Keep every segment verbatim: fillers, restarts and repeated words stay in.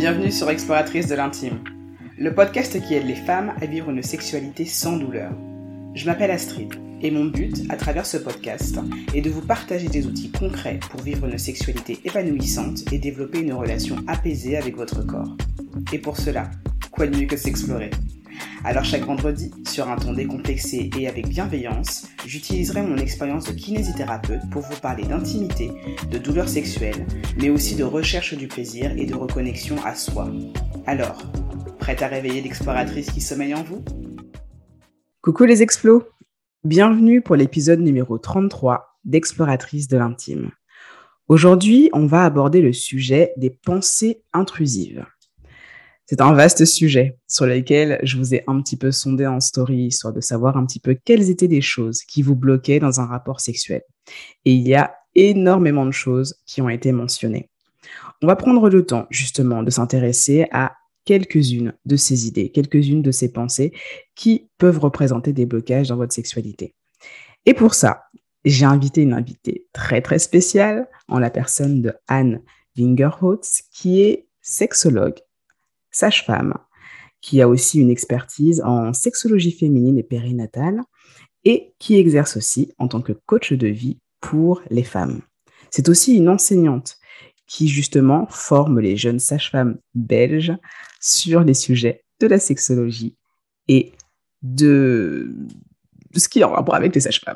Bienvenue sur Exploratrice de l'intime, le podcast qui aide les femmes à vivre une sexualité sans douleur. Je m'appelle Astrid et mon but, à travers ce podcast, est de vous partager des outils concrets pour vivre une sexualité épanouissante et développer une relation apaisée avec votre corps. Et pour cela, quoi de mieux que s'explorer ? Alors chaque vendredi, sur un ton décomplexé et avec bienveillance, j'utiliserai mon expérience de kinésithérapeute pour vous parler d'intimité, de douleurs sexuelles, mais aussi de recherche du plaisir et de reconnexion à soi. Alors, prête à réveiller l'exploratrice qui sommeille en vous ? Coucou les explos ! Bienvenue pour l'épisode numéro trente-trois d'Exploratrice de l'intime. Aujourd'hui, on va aborder le sujet des pensées intrusives. C'est un vaste sujet sur lequel je vous ai un petit peu sondé en story, histoire de savoir un petit peu quelles étaient les choses qui vous bloquaient dans un rapport sexuel. Et il y a énormément de choses qui ont été mentionnées. On va prendre le temps, justement, de s'intéresser à quelques-unes de ces idées, quelques-unes de ces pensées qui peuvent représenter des blocages dans votre sexualité. Et pour ça, j'ai invité une invitée très, très spéciale en la personne de Anne Wingerholtz, qui est sexologue, sage-femme, qui a aussi une expertise en sexologie féminine et périnatale et qui exerce aussi en tant que coach de vie pour les femmes. C'est aussi une enseignante qui justement forme les jeunes sages-femmes belges sur les sujets de la sexologie et de, de ce qui est en rapport avec les sages-femmes.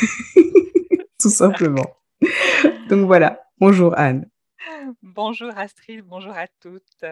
Tout simplement. Donc voilà, bonjour Anne. Bonjour Astrid, bonjour à toutes.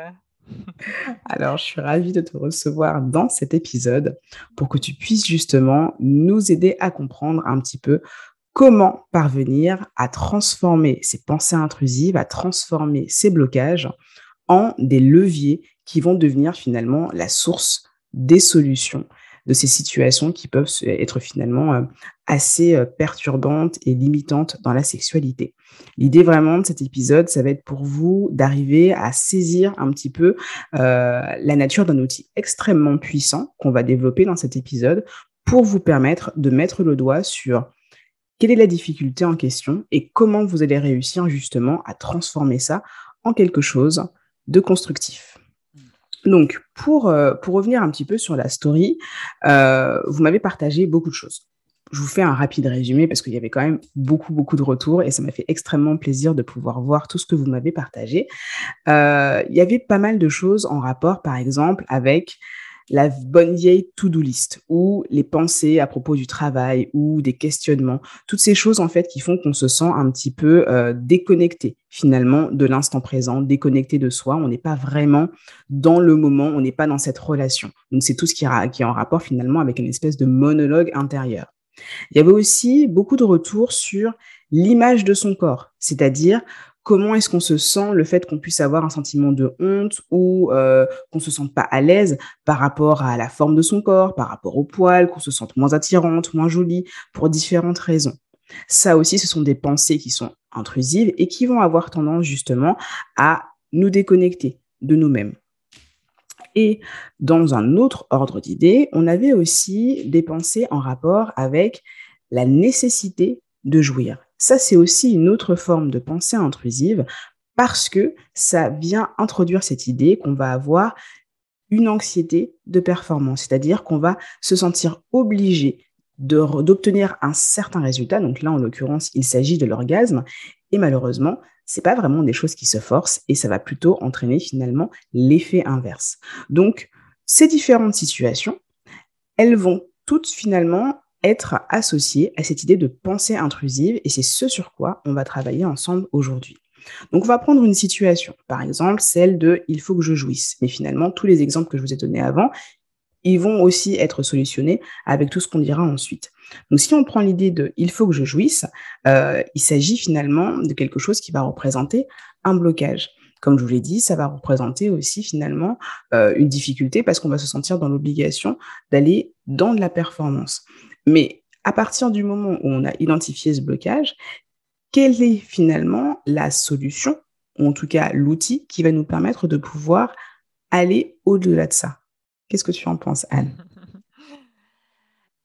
Alors, je suis ravie de te recevoir dans cet épisode pour que tu puisses justement nous aider à comprendre un petit peu comment parvenir à transformer ces pensées intrusives, à transformer ces blocages en des leviers qui vont devenir finalement la source des solutions de ces situations qui peuvent être finalement assez perturbantes et limitantes dans la sexualité. L'idée vraiment de cet épisode, ça va être pour vous d'arriver à saisir un petit peu euh, la nature d'un outil extrêmement puissant qu'on va développer dans cet épisode pour vous permettre de mettre le doigt sur quelle est la difficulté en question et comment vous allez réussir justement à transformer ça en quelque chose de constructif. Donc, pour, euh, pour revenir un petit peu sur la story, euh, vous m'avez partagé beaucoup de choses. Je vous fais un rapide résumé parce qu'il y avait quand même beaucoup, beaucoup de retours et ça m'a fait extrêmement plaisir de pouvoir voir tout ce que vous m'avez partagé. Euh, il y avait pas mal de choses en rapport, par exemple, avec la bonne vieille to-do list ou les pensées à propos du travail ou des questionnements, toutes ces choses en fait qui font qu'on se sent un petit peu euh, déconnecté finalement de l'instant présent, déconnecté de soi, on n'est pas vraiment dans le moment, on n'est pas dans cette relation. Donc c'est tout ce qui, ra- qui est en rapport finalement avec une espèce de monologue intérieur. Il y avait aussi beaucoup de retours sur l'image de son corps, c'est-à-dire comment est-ce qu'on se sent, le fait qu'on puisse avoir un sentiment de honte ou euh, qu'on se sente pas à l'aise par rapport à la forme de son corps, par rapport au poil, qu'on se sente moins attirante, moins jolie, pour différentes raisons. Ça aussi, ce sont des pensées qui sont intrusives et qui vont avoir tendance justement à nous déconnecter de nous-mêmes. Et dans un autre ordre d'idées, on avait aussi des pensées en rapport avec la nécessité de jouir. Ça, c'est aussi une autre forme de pensée intrusive parce que ça vient introduire cette idée qu'on va avoir une anxiété de performance, c'est-à-dire qu'on va se sentir obligé de, d'obtenir un certain résultat. Donc là, en l'occurrence, il s'agit de l'orgasme. Et malheureusement, c'est pas vraiment des choses qui se forcent et ça va plutôt entraîner finalement l'effet inverse. Donc, ces différentes situations, elles vont toutes finalement être associées à cette idée de pensée intrusive et c'est ce sur quoi on va travailler ensemble aujourd'hui. Donc, on va prendre une situation, par exemple, celle de « il faut que je jouisse ». Mais finalement, tous les exemples que je vous ai donnés avant, ils vont aussi être solutionnés avec tout ce qu'on dira ensuite. Donc, si on prend l'idée de « il faut que je jouisse euh, », il s'agit finalement de quelque chose qui va représenter un blocage. Comme je vous l'ai dit, ça va représenter aussi finalement euh, une difficulté parce qu'on va se sentir dans l'obligation d'aller dans de la performance. Mais à partir du moment où on a identifié ce blocage, quelle est finalement la solution, ou en tout cas l'outil qui va nous permettre de pouvoir aller au-delà de ça ? Qu'est-ce que tu en penses, Anne ?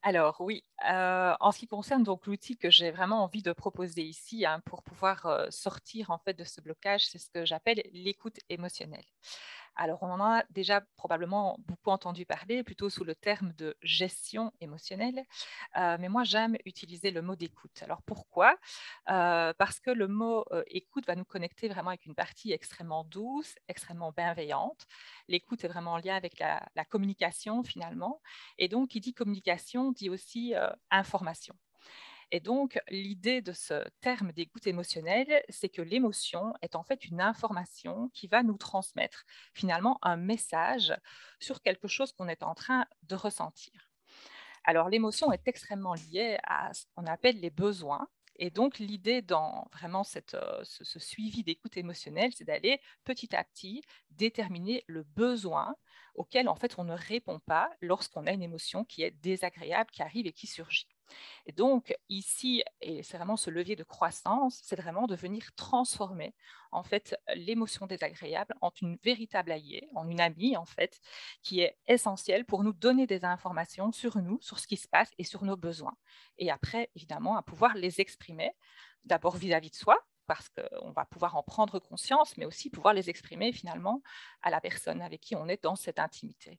Alors oui, heu, en ce qui concerne donc l'outil que j'ai vraiment envie de proposer ici, hein, pour pouvoir, heu, sortir en fait de ce blocage, c'est ce que j'appelle l'écoute émotionnelle. Alors on en a déjà probablement beaucoup entendu parler, plutôt sous le terme de gestion émotionnelle, heu, mais moi j'aime utiliser le mot d'écoute. Alors pourquoi? Heu, parce que le mot, heu, écoute va nous connecter vraiment avec une partie extrêmement douce, extrêmement bienveillante. L'écoute est vraiment en lien avec la la communication finalement et donc qui dit communication dit aussi, heu, information. Et donc, l'idée de ce terme d'écoute émotionnelle, c'est que l'émotion est en fait une information qui va nous transmettre finalement un message sur quelque chose qu'on est en train de ressentir. Alors, l'émotion est extrêmement liée à ce qu'on appelle les besoins. Et donc, l'idée dans vraiment cette, euh, ce, ce suivi d'écoute émotionnelle, c'est d'aller petit à petit déterminer le besoin auquel en fait on ne répond pas lorsqu'on a une émotion qui est désagréable, qui arrive et qui surgit. Et donc, ici, et c'est vraiment ce levier de croissance, c'est vraiment de venir transformer en fait l'émotion désagréable en une véritable alliée, en une amie en fait, qui est essentielle pour nous donner des informations sur nous, sur ce qui se passe et sur nos besoins. Et après, évidemment, à pouvoir les exprimer, d'abord vis-à-vis de soi, parce qu'on va pouvoir en prendre conscience, mais aussi pouvoir les exprimer finalement à la personne avec qui on est dans cette intimité.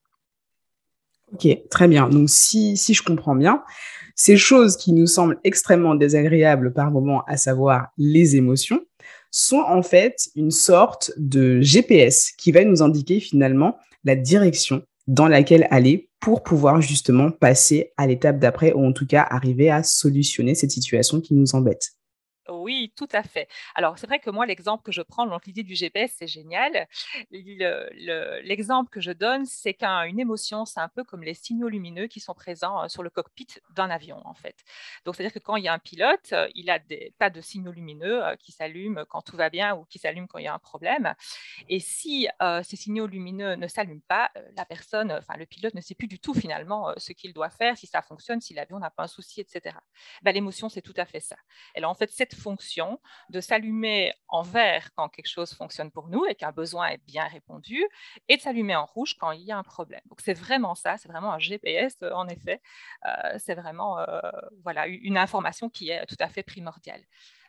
OK, très bien. Donc si si je comprends bien, ces choses qui nous semblent extrêmement désagréables par moment, à savoir les émotions, sont en fait une sorte de G P S qui va nous indiquer finalement la direction dans laquelle aller pour pouvoir justement passer à l'étape d'après ou en tout cas arriver à solutionner cette situation qui nous embête. Oui, tout à fait. Alors, c'est vrai que moi, l'exemple que je prends, donc l'idée du G P S, c'est génial. Le le l'exemple que je donne, c'est qu'une émotion, c'est un peu comme les signaux lumineux qui sont présents, heu, sur le cockpit d'un avion, en fait. Donc, c'est-à-dire que quand il y a un pilote, heu, il a des tas de signaux lumineux, heu, qui s'allument quand tout va bien ou qui s'allument quand il y a un problème. Et si, heu, ces signaux lumineux ne s'allument pas, heu, la personne, enfin le pilote ne sait plus du tout finalement, heu, ce qu'il doit faire, si ça fonctionne, si l'avion n'a pas un souci et cetera. Bah, l'émotion, c'est tout à fait ça. Elle a en fait cette fonction de s'allumer en vert quand quelque chose fonctionne pour nous et qu'un besoin est bien répondu et de s'allumer en rouge quand il y a un problème. Donc c'est vraiment ça, c'est vraiment un G P S, heu, en effet. Heu, c'est vraiment, heu, voilà, u une information qui est tout à fait primordiale.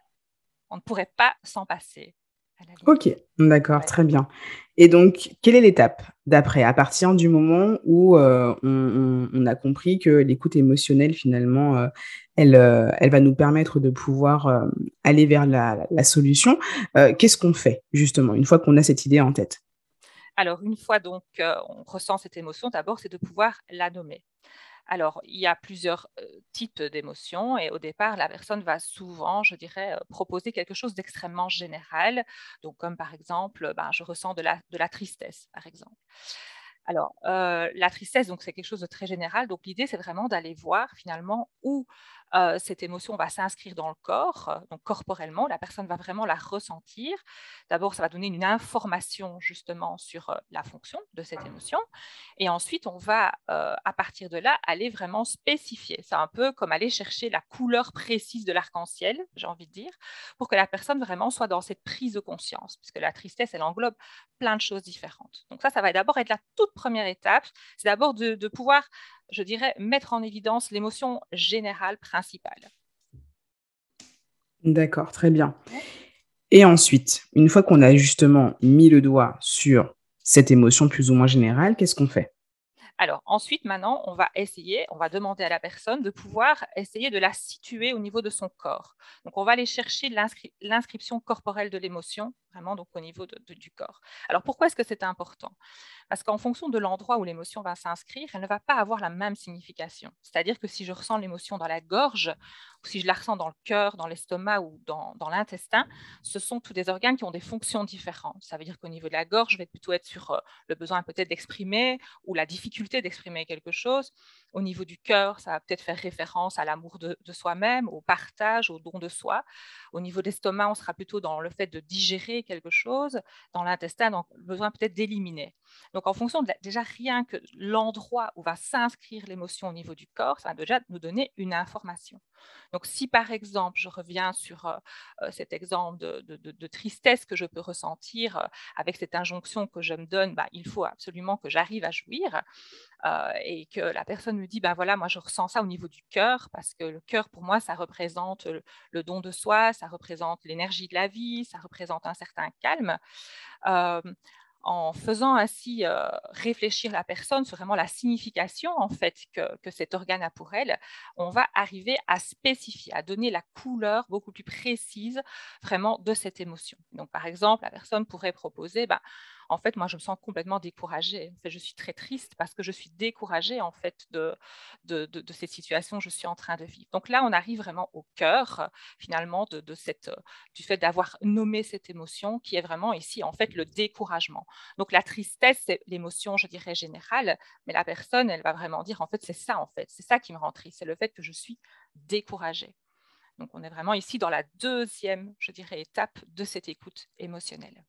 On ne pourrait pas s'en passer, à la limite. OK, d'accord, Ouais. très bien. Et donc, quelle est l'étape d'après? À partir du moment où, heu, on on on a compris que l'écoute émotionnelle finalement, heu, elle, heu, elle va nous permettre de pouvoir, hem, aller vers la la solution, heu, qu'est-ce qu'on fait justement une fois qu'on a cette idée en tête? Alors une fois donc, heu, on ressent cette émotion, d'abord, c'est de pouvoir la nommer. Alors, il y a plusieurs, heu, types d'émotions et au départ, la personne va souvent, je dirais, heu, proposer quelque chose d'extrêmement général. Donc comme par exemple, ben, je ressens de la de la tristesse, par exemple. Alors, heu, la tristesse, donc c'est quelque chose de très général. Donc l'idée, c'est vraiment d'aller voir finalement où, heu, cette émotion va s'inscrire dans le corps, heu, donc corporellement, la personne va vraiment la ressentir. D'abord, ça va donner une information justement sur, heu, la fonction de cette émotion et ensuite on va, heu, à partir de là, aller vraiment spécifier. C'est un peu comme aller chercher la couleur précise de l'arc-en-ciel, j'ai envie de dire, pour que la personne vraiment soit dans cette prise de conscience, puisque la tristesse, elle englobe plein de choses différentes. Donc ça, ça va d'abord être la toute première étape, c'est d'abord de de pouvoir, je dirais, mettre en évidence l'émotion générale principale. D'accord, très bien. Et ensuite, une fois qu'on a justement mis le doigt sur cette émotion plus ou moins générale, qu'est-ce qu'on fait? Alors ensuite, maintenant, on va essayer, on va demander à la personne de pouvoir essayer de la situer au niveau de son corps. Donc on va aller chercher l'inscri l'inscription corporelle de l'émotion, vraiment donc au niveau de de du corps. Alors pourquoi est-ce que c'est important? Parce qu'en fonction de l'endroit où l'émotion va s'inscrire, elle ne va pas avoir la même signification. C'est-à-dire que si je ressens l'émotion dans la gorge, ou si je la ressens dans le cœur, dans l'estomac ou dans, dans l'intestin, ce sont tous des organes qui ont des fonctions différentes. Ça veut dire qu'au niveau de la gorge, je vais plutôt être sur euh, le besoin peut-être d'exprimer ou la difficulté d'exprimer quelque chose. Au niveau du cœur, ça va peut-être faire référence à l'amour de, de soi-même, au partage, au don de soi. Au niveau de l'estomac, on sera plutôt dans le fait de digérer créer quelque chose dans l'intestin, donc le besoin peut-être d'éliminer. Donc, en fonction de la, déjà rien que l'endroit où va s'inscrire l'émotion au niveau du corps, ça va déjà nous donner une information. Donc, si par exemple, je reviens sur euh, euh, cet exemple de, de, de, de tristesse que je peux ressentir euh, avec cette injonction que je me donne, bah, il faut absolument que j'arrive à jouir, euh, et que la personne me dit, ben voilà, moi je ressens ça au niveau du cœur, parce que le cœur pour moi, ça représente le, le don de soi, ça représente l'énergie de la vie, ça représente un certain calme. Euh, en faisant ainsi euh, réfléchir la personne sur vraiment la signification en fait que, que cet organe a pour elle, on va arriver à spécifier, à donner la couleur beaucoup plus précise vraiment de cette émotion. Donc par exemple, la personne pourrait proposer, bah, en fait, moi je me sens complètement découragée. En fait, je suis très triste parce que je suis découragée en fait de, de, de, de cette situation que je suis en train de vivre. Donc là, on arrive vraiment au cœur finalement de, de cette, du fait d'avoir nommé cette émotion qui est vraiment ici en fait le découragement. Donc la tristesse, c'est l'émotion, je dirais, générale, mais la personne, elle va vraiment dire, en fait, c'est ça, en fait, c'est ça qui me rend triste, c'est le fait que je suis découragée. Donc on est vraiment ici dans la deuxième, je dirais, étape de cette écoute émotionnelle.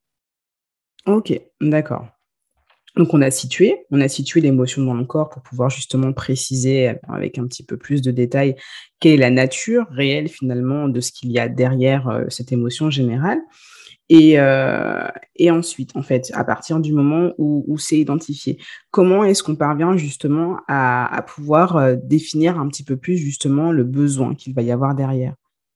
Ok, d'accord. Donc on a situé, on a situé l'émotion dans le corps pour pouvoir justement préciser avec un petit peu plus de détails quelle est la nature réelle finalement de ce qu'il y a derrière euh, cette émotion générale. Et, heu et ensuite, en fait, à partir du moment où où c'est identifié, comment est-ce qu'on parvient justement à à pouvoir, heu, définir un petit peu plus justement le besoin qu'il va y avoir derrière?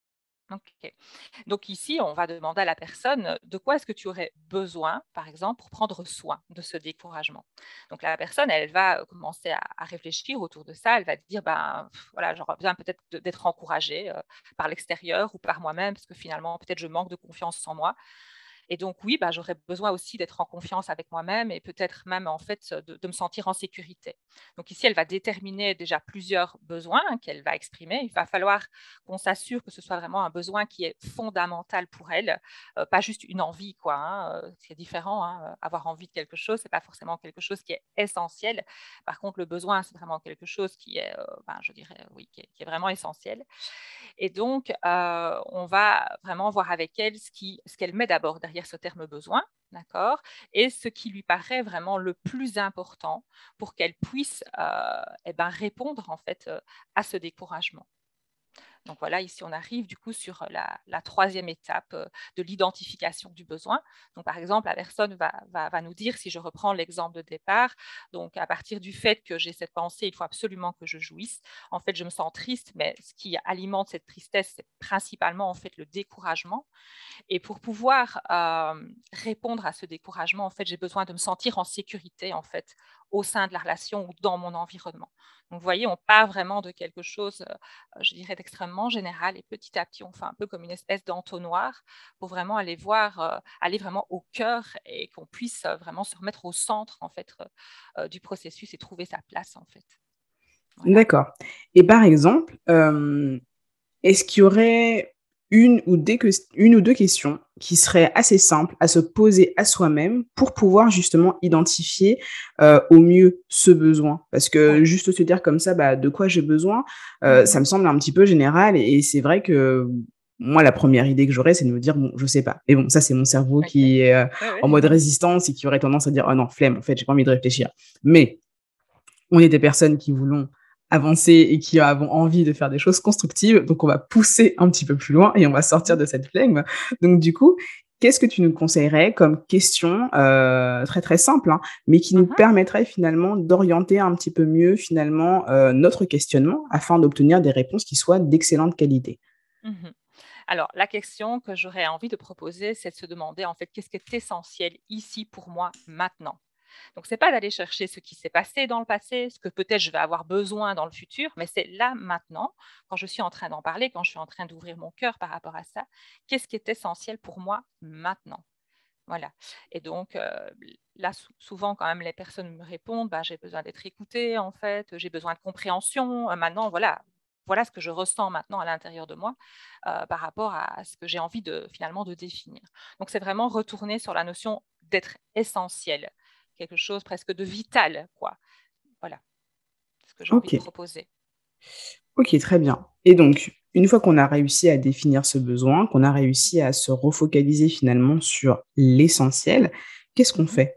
Ok. Donc ici, on va demander à la personne de quoi est-ce que tu aurais besoin, par exemple, pour prendre soin de ce découragement. Donc la personne, elle va commencer à, à réfléchir autour de ça. Elle va dire, ben pff, voilà, j'aurais besoin peut-être de- d'être encouragée euh, par l'extérieur ou par moi-même, parce que finalement, peut-être je manque de confiance en moi. Et donc oui, bah, j'aurais besoin aussi d'être en confiance avec moi-même et peut-être même en fait de, de me sentir en sécurité. Donc ici, elle va déterminer déjà plusieurs besoins hein, qu'elle va exprimer. Il va falloir qu'on s'assure que ce soit vraiment un besoin qui est fondamental pour elle, euh, pas juste une envie, quoi. Hein, euh, c'est différent. Hein, avoir envie de quelque chose, c'est pas forcément quelque chose qui est essentiel. Par contre, le besoin, c'est vraiment quelque chose qui est, euh, ben, je dirais, oui, qui est, qui est vraiment essentiel. Et donc, euh, on va vraiment voir avec elle ce qui, ce qu'elle met d'abord derrière ce terme besoin, d'accord, et ce qui lui paraît vraiment le plus important pour qu'elle puisse euh, eh ben, répondre en fait euh, à ce découragement. Donc voilà, ici on arrive du coup sur la, la troisième étape euh, de l'identification du besoin. Donc par exemple, la personne va, va, va nous dire, si je reprends l'exemple de départ, donc à partir du fait que j'ai cette pensée, il faut absolument que je jouisse. En fait, je me sens triste, mais ce qui alimente cette tristesse, c'est principalement en fait le découragement. Et pour pouvoir euh, répondre à ce découragement, en fait, j'ai besoin de me sentir en sécurité, en fait, au sein de la relation ou dans mon environnement. Donc, vous voyez, on part vraiment de quelque chose, euh, je dirais, d'extrêmement général et petit à petit, on fait un peu comme une espèce d'entonnoir pour vraiment aller voir, euh, aller vraiment au cœur et qu'on puisse euh, vraiment se remettre au centre, en fait, euh, du processus et trouver sa place, en fait. Voilà. D'accord. Et par exemple, hem, est-ce qu'il y aurait une ou des ques une ou deux questions qui seraient assez simples à se poser à soi-même pour pouvoir justement identifier, heu, au mieux ce besoin? Parce que Oui. juste se dire comme ça, bah, de quoi j'ai besoin, heu, ça Mhm. me semble un petit peu général et et c'est vrai que moi, la première idée que j'aurais, c'est de me dire: «Bon, je sais pas». Mais bon, ça, c'est mon cerveau OK. qui est, heu, Oui, en mode oui. résistance et qui aurait tendance à dire: «Oh non, flemme, en fait, j'ai pas envie de réfléchir». Mais on est des personnes qui voulons avancer et qui avons envie de faire des choses constructives, donc on va pousser un petit peu plus loin et on va sortir Mhm. de cette flegme. Donc du coup, qu'est-ce que tu nous conseillerais comme question, heu, très, très simple, hein, mais qui nous Mhm. permettrait finalement d'orienter un petit peu mieux finalement, heu, notre questionnement afin d'obtenir des réponses qui soient d'excellente qualité? Mhm. Alors, la question que j'aurais envie de proposer, c'est de se demander en fait qu'est-ce qui est essentiel ici pour moi maintenant. Donc, c'est pas d'aller chercher ce qui s'est passé dans le passé, ce que peut-être je vais avoir besoin dans le futur, mais c'est là maintenant, quand je suis en train d'en parler, quand je suis en train d'ouvrir mon cœur par rapport à ça, qu'est-ce qui est essentiel pour moi maintenant. Voilà. Et donc, euh, là, sou- souvent, quand même, les personnes me répondent, bah, j'ai besoin d'être écoutée, en fait, j'ai besoin de compréhension. Euh, maintenant, voilà, voilà ce que je ressens maintenant à l'intérieur de moi euh, par rapport à ce que j'ai envie de finalement de définir. Donc, c'est vraiment retourner sur la notion d'être essentiel, quelque chose presque de vital, quoi. Voilà ce que j'ai envie de OK. proposer. OK, très bien. Et donc, une fois qu'on a réussi à définir ce besoin, qu'on a réussi à se refocaliser finalement sur l'essentiel, qu'est-ce qu'on Mmh. fait?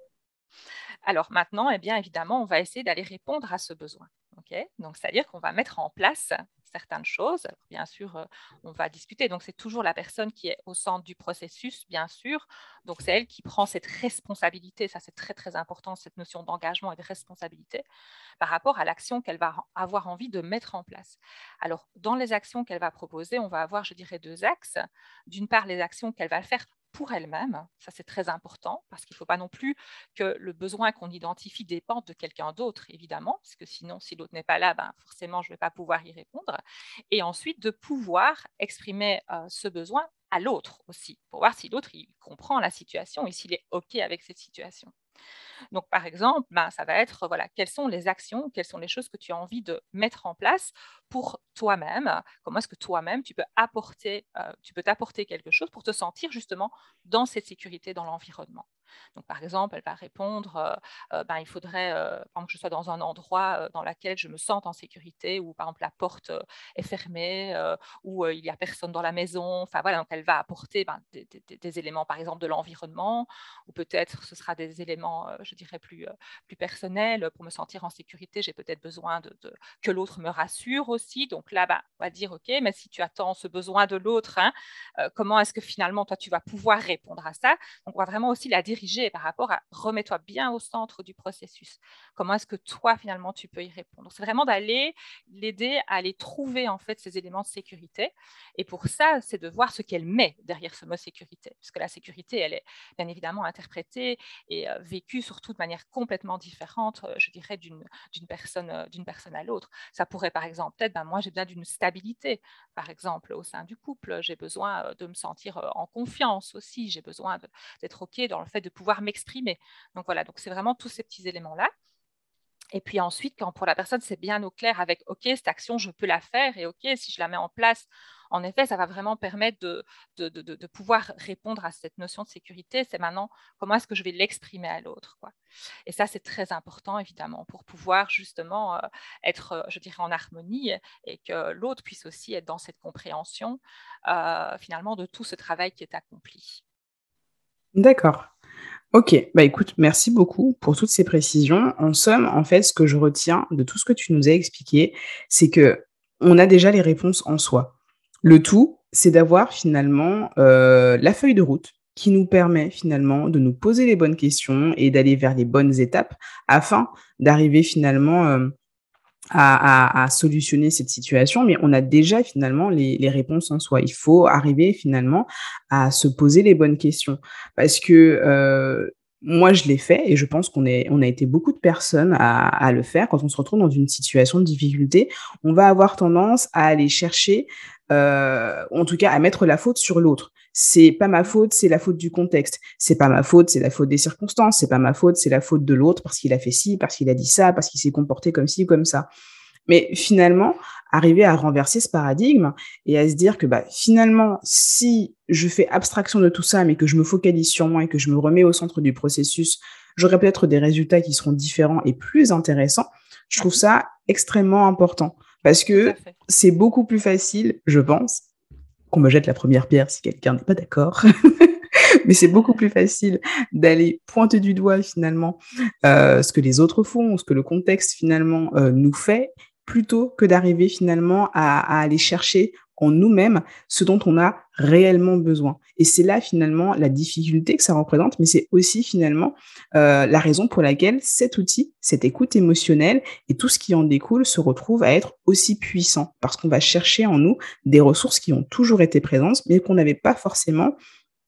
Alors maintenant, eh bien évidemment, on va essayer d'aller répondre à ce besoin. OK? Donc c'est-à-dire qu'on va mettre en place certaines choses. Alors, bien sûr, heu, on va discuter, donc c'est toujours la personne qui est au centre du processus, bien sûr. Donc c'est elle qui prend cette responsabilité, ça c'est très, très important, cette notion d'engagement et de responsabilité par rapport à l'action qu'elle va ren avoir envie de mettre en place. Alors dans les actions qu'elle va proposer, on va avoir, je dirais, deux axes. D'une part, les actions qu'elle va faire pour elle-même, ça c'est très important parce qu'il ne faut pas non plus que le besoin qu'on identifie dépende de quelqu'un d'autre, évidemment, parce que sinon, si l'autre n'est pas là, ben, forcément, je ne vais pas pouvoir y répondre. Et ensuite, de pouvoir exprimer euh, ce besoin à l'autre aussi, pour voir si l'autre il comprend la situation et s'il est OK avec cette situation. Donc, par exemple, ben, ça va être, voilà, quelles sont les actions, quelles sont les choses que tu as envie de mettre en place pour toi-même. Comment est-ce que toi-même, tu peux apporter, euh, tu peux t'apporter quelque chose pour te sentir justement dans cette sécurité dans l'environnement. Donc, par exemple, elle va répondre, euh, euh, ben, il faudrait, euh, par exemple, que je sois dans un endroit euh, dans lequel je me sente en sécurité, où, par exemple, la porte euh, est fermée, euh, où euh, il n'y a personne dans la maison. Enfin, voilà, donc elle va apporter ben, des, des- des éléments, par exemple, de l'environnement, ou peut-être ce sera des éléments, euh, je dirais, plus, euh, plus personnels. Pour me sentir en sécurité, j'ai peut-être besoin de, de- que l'autre me rassure aussi. Donc là, bah, on va dire, OK, mais si tu attends ce besoin de l'autre, hein, euh, comment est-ce que finalement, toi, tu vas pouvoir répondre à ça? Donc, on va vraiment aussi la diriger par rapport à remets-toi bien au centre du processus. Comment est-ce que toi, finalement, tu peux y répondre? C'est vraiment d'aller l'aider à aller trouver, en fait, ces éléments de sécurité. Et pour ça, c'est de voir ce qu'elle met derrière ce mot sécurité. Parce que la sécurité, elle est bien évidemment interprétée et euh, vécue surtout de manière complètement différente, euh, je dirais, d'une, d'une, personne, euh, d'une personne à l'autre. Ça pourrait, par exemple, être, ben, moi, j'ai besoin d'une stabilité, par exemple, au sein du couple. J'ai besoin euh, de me sentir euh, en confiance aussi. J'ai besoin de, d'être OK dans le fait de pouvoir m'exprimer. Donc voilà, donc c'est vraiment tous ces petits éléments-là. Et puis ensuite, quand pour la personne, c'est bien au clair avec OK, cette action, je peux la faire et OK, si je la mets en place, en effet, ça va vraiment permettre de, de, de, de pouvoir répondre à cette notion de sécurité. C'est maintenant comment est-ce que je vais l'exprimer à l'autre, quoi. Et ça, c'est très important, évidemment, pour pouvoir justement euh, être, euh, je dirais, en harmonie et que l'autre puisse aussi être dans cette compréhension, euh, finalement, de tout ce travail qui est accompli. D'accord. OK, bah, écoute, merci beaucoup pour toutes ces précisions. En somme, en fait, ce que je retiens de tout ce que tu nous as expliqué, c'est que on a déjà les réponses en soi. Le tout, c'est d'avoir finalement, heu, la feuille de route qui nous permet finalement de nous poser les bonnes questions et d'aller vers les bonnes étapes afin d'arriver finalement, hem, à à à solutionner cette situation. Mais on a déjà finalement les les réponses en soi. Il faut arriver finalement à se poser les bonnes questions parce que, heu, moi je l'ai fait et je pense qu'on est on a été beaucoup de personnes à à le faire. Quand on se retrouve dans une situation de difficulté, on va avoir tendance à aller chercher, heu, ou en tout cas à mettre la faute sur l'autre. C'est pas ma faute, c'est la faute du contexte. C'est pas ma faute, c'est la faute des circonstances. C'est pas ma faute, c'est la faute de l'autre parce qu'il a fait ci, parce qu'il a dit ça, parce qu'il s'est comporté comme ci ou comme ça. Mais finalement, arriver à renverser ce paradigme et à se dire que, bah, finalement, si je fais abstraction de tout ça, mais que je me focalise sur moi et que je me remets au centre du processus, j'aurai peut-être des résultats qui seront différents et plus intéressants. Je trouve Mhm, ça extrêmement important parce tout à que fait. c'est beaucoup plus facile, je pense, qu'on me jette la première pierre si quelqu'un n'est pas d'accord, mais c'est beaucoup plus facile d'aller pointer du doigt finalement, heu, ce que les autres font, ce que le contexte finalement, heu, nous fait, plutôt que d'arriver finalement à à aller chercher en nous-mêmes ce dont on a réellement besoin et c'est là finalement la difficulté que ça représente, mais c'est aussi finalement, heu, la raison pour laquelle cet outil, cette écoute émotionnelle et tout ce qui en découle se retrouve à être aussi puissant. Parce qu'on va chercher en nous des ressources qui ont toujours été présentes, mais qu'on n'avait pas forcément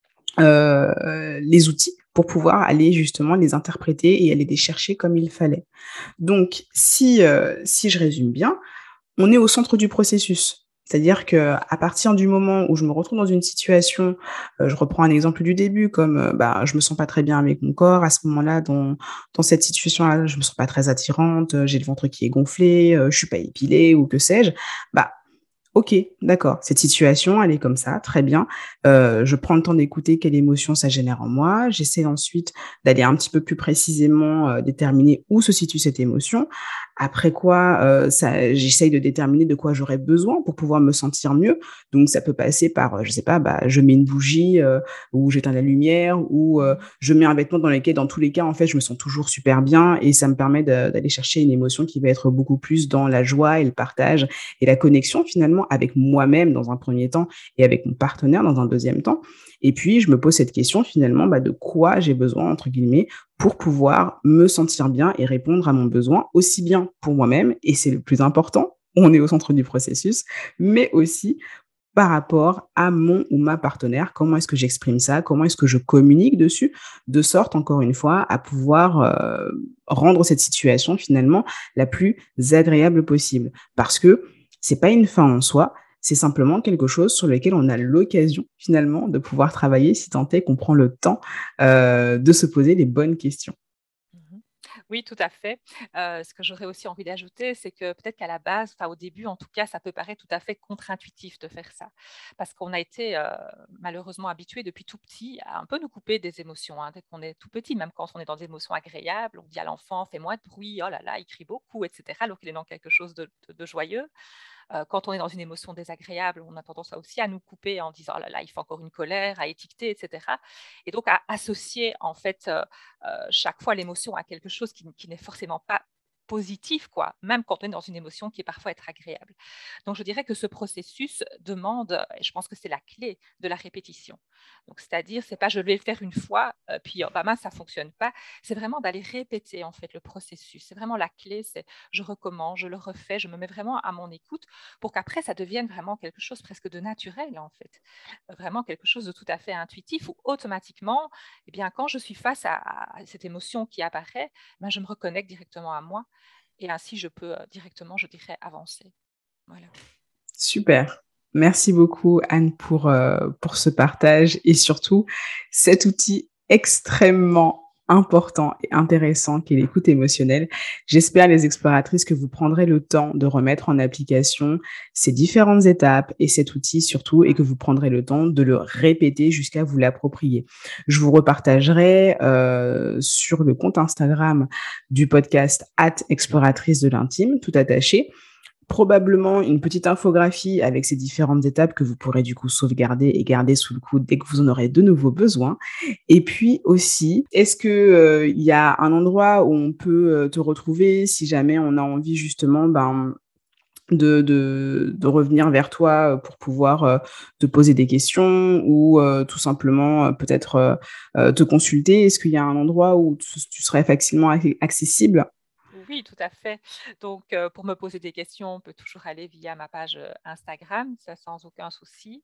heu, les outils pour pouvoir aller justement les interpréter et aller les chercher comme il fallait. Donc si, heu, si je résume bien, on est au centre du processus. C'est-à-dire qu'à partir du moment où je me retrouve dans une situation, heu, je reprends un exemple du début comme, heu, bah, je me sens pas très bien avec mon corps, à ce moment-là, dans dans cette situation-là, je me sens pas très attirante, heu, j'ai le ventre qui est gonflé, heu, je suis pas épilée ou que sais-je. Bah, OK, d'accord. Cette situation, elle est comme ça, très bien. Heu, je prends le temps d'écouter quelle émotion ça génère en moi. J'essaie ensuite d'aller un petit peu plus précisément, heu, déterminer où se situe cette émotion. Après quoi, heu, ça j'essaye de déterminer de quoi j'aurais besoin pour pouvoir me sentir mieux. Donc ça peut passer par, heu, je sais pas, bah, je mets une bougie, heu, ou j'éteins la lumière ou, heu, Mmh. je mets un vêtement dans lequel dans tous les cas, en fait, je me sens toujours super bien et ça me permet de d'aller chercher une émotion qui va être beaucoup plus dans la joie et le partage et la connexion finalement avec moi-même dans un premier temps et avec mon partenaire dans un deuxième temps. Et puis je me pose cette question finalement, bah, de quoi j'ai besoin entre guillemets pour pouvoir me sentir bien et répondre à mon besoin, aussi bien pour moi-même, et c'est le plus important, on est au centre du processus, mais aussi par rapport à mon ou ma partenaire. Comment est-ce que j'exprime ça? Comment est-ce que je communique dessus? De sorte, encore une fois, à pouvoir euh, rendre cette situation finalement la plus agréable possible. Parce que c'est pas une fin en soi, c'est simplement quelque chose sur lequel on a l'occasion finalement de pouvoir travailler si tant est qu'on prend le temps euh, de se poser les bonnes questions. Mmh. Oui, tout à fait. Heu, ce que j'aurais aussi envie d'ajouter, c'est que peut-être qu'à la base, enfin au début en tout cas, ça peut paraître tout à fait contre-intuitif de faire ça. Parce qu'on a été, heu, malheureusement habitués depuis tout petit à un peu nous couper des émotions, hein. Dès qu'on est tout petit, même quand on est dans des émotions agréables, on dit à l'enfant: «Fais moins de bruit, oh là là, il crie beaucoup» et cetera, alors qu'il est dans quelque chose de de de joyeux. Heu, quand on est dans une émotion désagréable, on a tendance à aussi à nous couper en disant: «Oh là là, il fait encore une colère», à étiqueter et cetera et donc à associer en fait, heu heu, chaque fois l'émotion à quelque chose qui qui n'est forcément pas positif quoi, même quand on est dans une émotion qui est parfois être agréable. Donc je dirais que ce processus demande, et je pense que c'est la clé de la répétition. Donc c'est-à-dire, c'est pas je vais le faire une fois, heu, puis, oh bah mince ça fonctionne pas. C'est vraiment d'aller répéter en fait le processus. C'est vraiment la clé, c'est je recommence, je le refais, je me mets vraiment à mon écoute pour qu'après ça devienne vraiment quelque chose presque de naturel en fait. Euh, Vraiment quelque chose de tout à fait intuitif où automatiquement, eh bien, quand je suis face à, à cette émotion qui apparaît, ben, je me reconnecte directement à moi et ainsi je peux euh, directement, je dirais, avancer. Voilà. Super. Merci beaucoup Anne pour, heu, pour ce partage et surtout cet outil extrêmement important et intéressant qu'est l'écoute émotionnelle. J'espère, les exploratrices, que vous prendrez le temps de remettre en application ces différentes étapes et cet outil surtout et que vous prendrez le temps de le répéter jusqu'à vous l'approprier. Je vous repartagerai, heu, sur le compte Instagram du podcast arobase exploratrice de l'intime, tout attaché, probablement une petite infographie avec ces différentes étapes que vous pourrez du coup sauvegarder et garder sous le coude dès que vous en aurez de nouveau besoin. Et puis aussi, est-ce que euh, il y a un endroit où on peut euh, te retrouver si jamais on a envie justement ben, de, de, de revenir vers toi euh, pour pouvoir euh, te poser des questions ou euh, tout simplement euh, peut-être euh, euh, te consulter? Est-ce qu'il y a un endroit où tu, tu serais facilement ac- accessible? Oui, tout à fait. Donc, heu, pour me poser des questions, on peut toujours aller via ma page, heu, Instagram, ça sans aucun souci.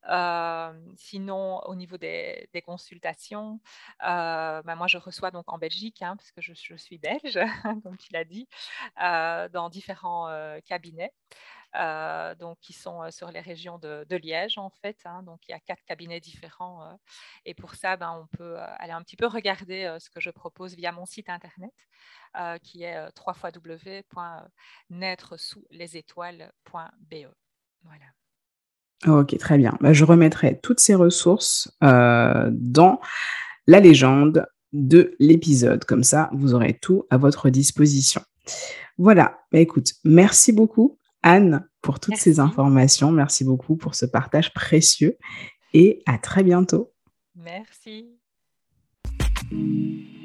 Hem, sinon au niveau des des consultations, heu, bah, moi je reçois donc en Belgique, hein, parce que je je suis belge, comme tu l'as dit, heu, dans différents, heu, cabinets, heu, donc qui sont, heu, sur les régions de de Liège en fait, hein. Donc il y a quatre cabinets différents, heu et pour ça, ben, on peut, heu, aller un petit peu regarder, heu, ce que je propose via mon site internet, heu, qui est, heu, w w w point naître sous les étoiles point b e. Voilà. OK, très bien. Bah, je remettrai toutes ces ressources, heu, dans la légende de l'épisode. Comme ça, vous aurez tout à votre disposition. Voilà, bah, écoute, merci beaucoup Anne pour toutes ces Merci, informations. Merci beaucoup pour ce partage précieux et à très bientôt. merci.